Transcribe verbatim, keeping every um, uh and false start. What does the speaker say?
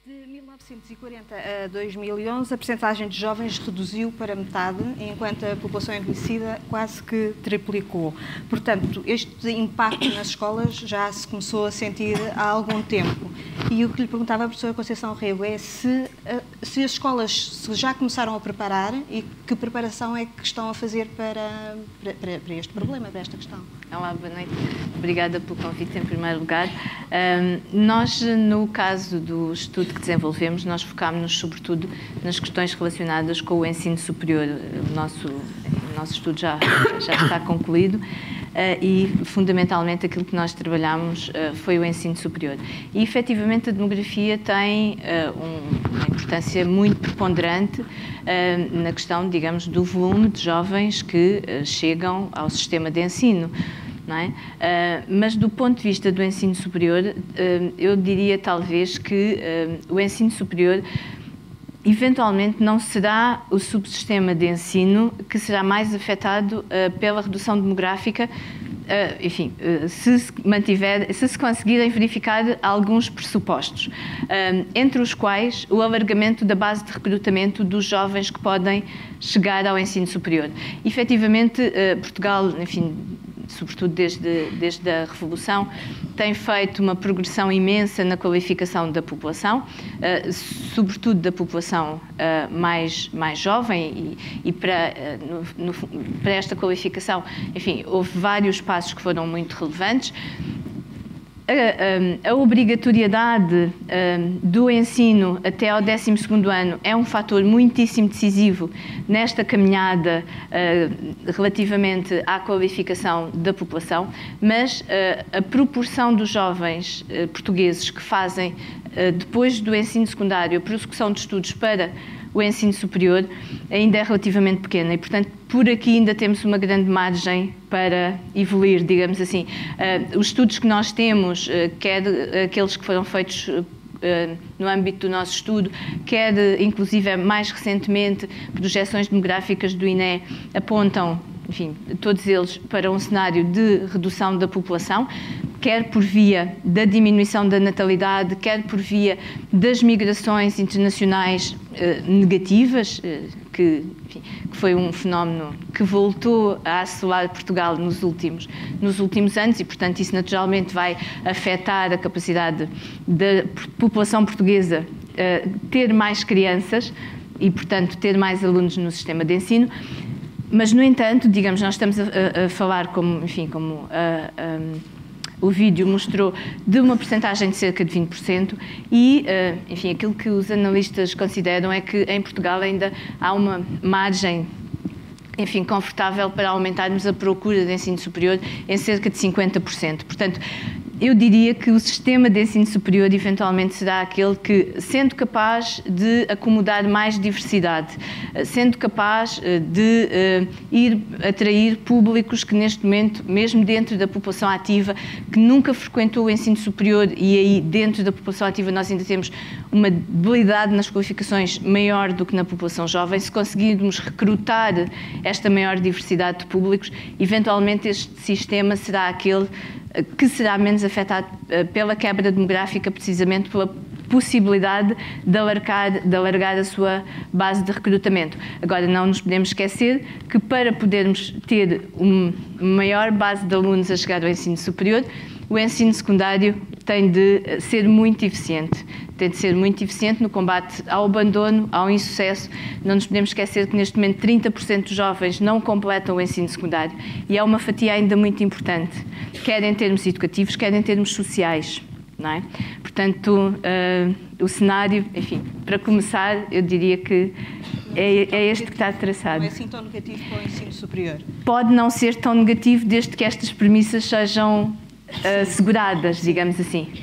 De mil novecentos e quarenta a dois mil e onze, a percentagem de jovens reduziu para metade, enquanto a população envelhecida quase que triplicou. Portanto, este impacto nas escolas já se começou a sentir há algum tempo. E o que lhe perguntava a professora Conceição Rego é se, se as escolas se já começaram a preparar e que preparação é que estão a fazer para, para, para este problema, para esta questão. Olá, boa noite. Obrigada pelo convite, em primeiro lugar. Um, nós, no caso do estudo que desenvolvemos, nós focámos-nos sobretudo nas questões relacionadas com o ensino superior. O nosso, o nosso estudo já, já está concluído uh, e, fundamentalmente, aquilo que nós trabalhámos uh, foi o ensino superior. E, efetivamente, a demografia tem uh, um, uma importância muito preponderante uh, na questão, digamos, do volume de jovens que uh, chegam ao sistema de ensino. Não é? Uh, mas do ponto de vista do ensino superior, uh, eu diria talvez que uh, o ensino superior eventualmente não será o subsistema de ensino que será mais afetado uh, pela redução demográfica, uh, enfim, uh, se se mantiver, se se conseguirem verificar alguns pressupostos, uh, entre os quais o alargamento da base de recrutamento dos jovens que podem chegar ao ensino superior. Efetivamente, uh, Portugal, enfim, sobretudo desde, desde a Revolução, tem feito uma progressão imensa na qualificação da população, uh, sobretudo da população uh, mais, mais jovem, e, e para, uh, no, no, para esta qualificação, enfim, houve vários passos que foram muito relevantes. A, a, a obrigatoriedade uh, do ensino até ao décimo segundo ano é um fator muitíssimo decisivo nesta caminhada uh, relativamente à qualificação da população, mas uh, a proporção dos jovens uh, portugueses que fazem, uh, depois do ensino secundário, a prossecução de estudos para o ensino superior ainda é relativamente pequena e, portanto, por aqui ainda temos uma grande margem para evoluir, digamos assim. Uh, os estudos que nós temos, uh, quer aqueles que foram feitos uh, no âmbito do nosso estudo, quer, inclusive, mais recentemente, projeções demográficas do I N E apontam, enfim, todos eles para um cenário de redução da população, quer por via da diminuição da natalidade, quer por via das migrações internacionais eh, negativas, eh, que, enfim, que foi um fenómeno que voltou a assolar Portugal nos últimos, nos últimos anos e, portanto, isso naturalmente vai afetar a capacidade da população portuguesa eh, ter mais crianças e, portanto, ter mais alunos no sistema de ensino. Mas, no entanto, digamos, nós estamos a, a, a falar como, enfim, como a, a, o vídeo mostrou, de uma percentagem de cerca de vinte por cento e, enfim, aquilo que os analistas consideram é que em Portugal ainda há uma margem, enfim, confortável para aumentarmos a procura de ensino superior em cerca de cinquenta por cento. Portanto, eu diria que o sistema de ensino superior eventualmente será aquele que, sendo capaz de acomodar mais diversidade, sendo capaz de uh, ir atrair públicos que neste momento, mesmo dentro da população ativa, que nunca frequentou o ensino superior, e aí dentro da população ativa nós ainda temos uma debilidade nas qualificações maior do que na população jovem, se conseguirmos recrutar esta maior diversidade de públicos, eventualmente este sistema será aquele que será menos afetado pela quebra demográfica, precisamente pela possibilidade de alargar, de alargar a sua base de recrutamento. Agora, não nos podemos esquecer que para podermos ter uma maior base de alunos a chegar ao ensino superior, o ensino secundário tem de ser muito eficiente. Tem de ser muito eficiente no combate ao abandono, ao insucesso. Não nos podemos esquecer que neste momento trinta por cento dos jovens não completam o ensino secundário e é uma fatia ainda muito importante, quer em termos educativos, quer em termos sociais. Não é? Portanto, uh, o cenário, enfim, para começar, eu diria que é, é este que está traçado. Não é assim tão negativo para o ensino superior? Pode não ser tão negativo desde que estas premissas sejam uh, asseguradas, digamos assim.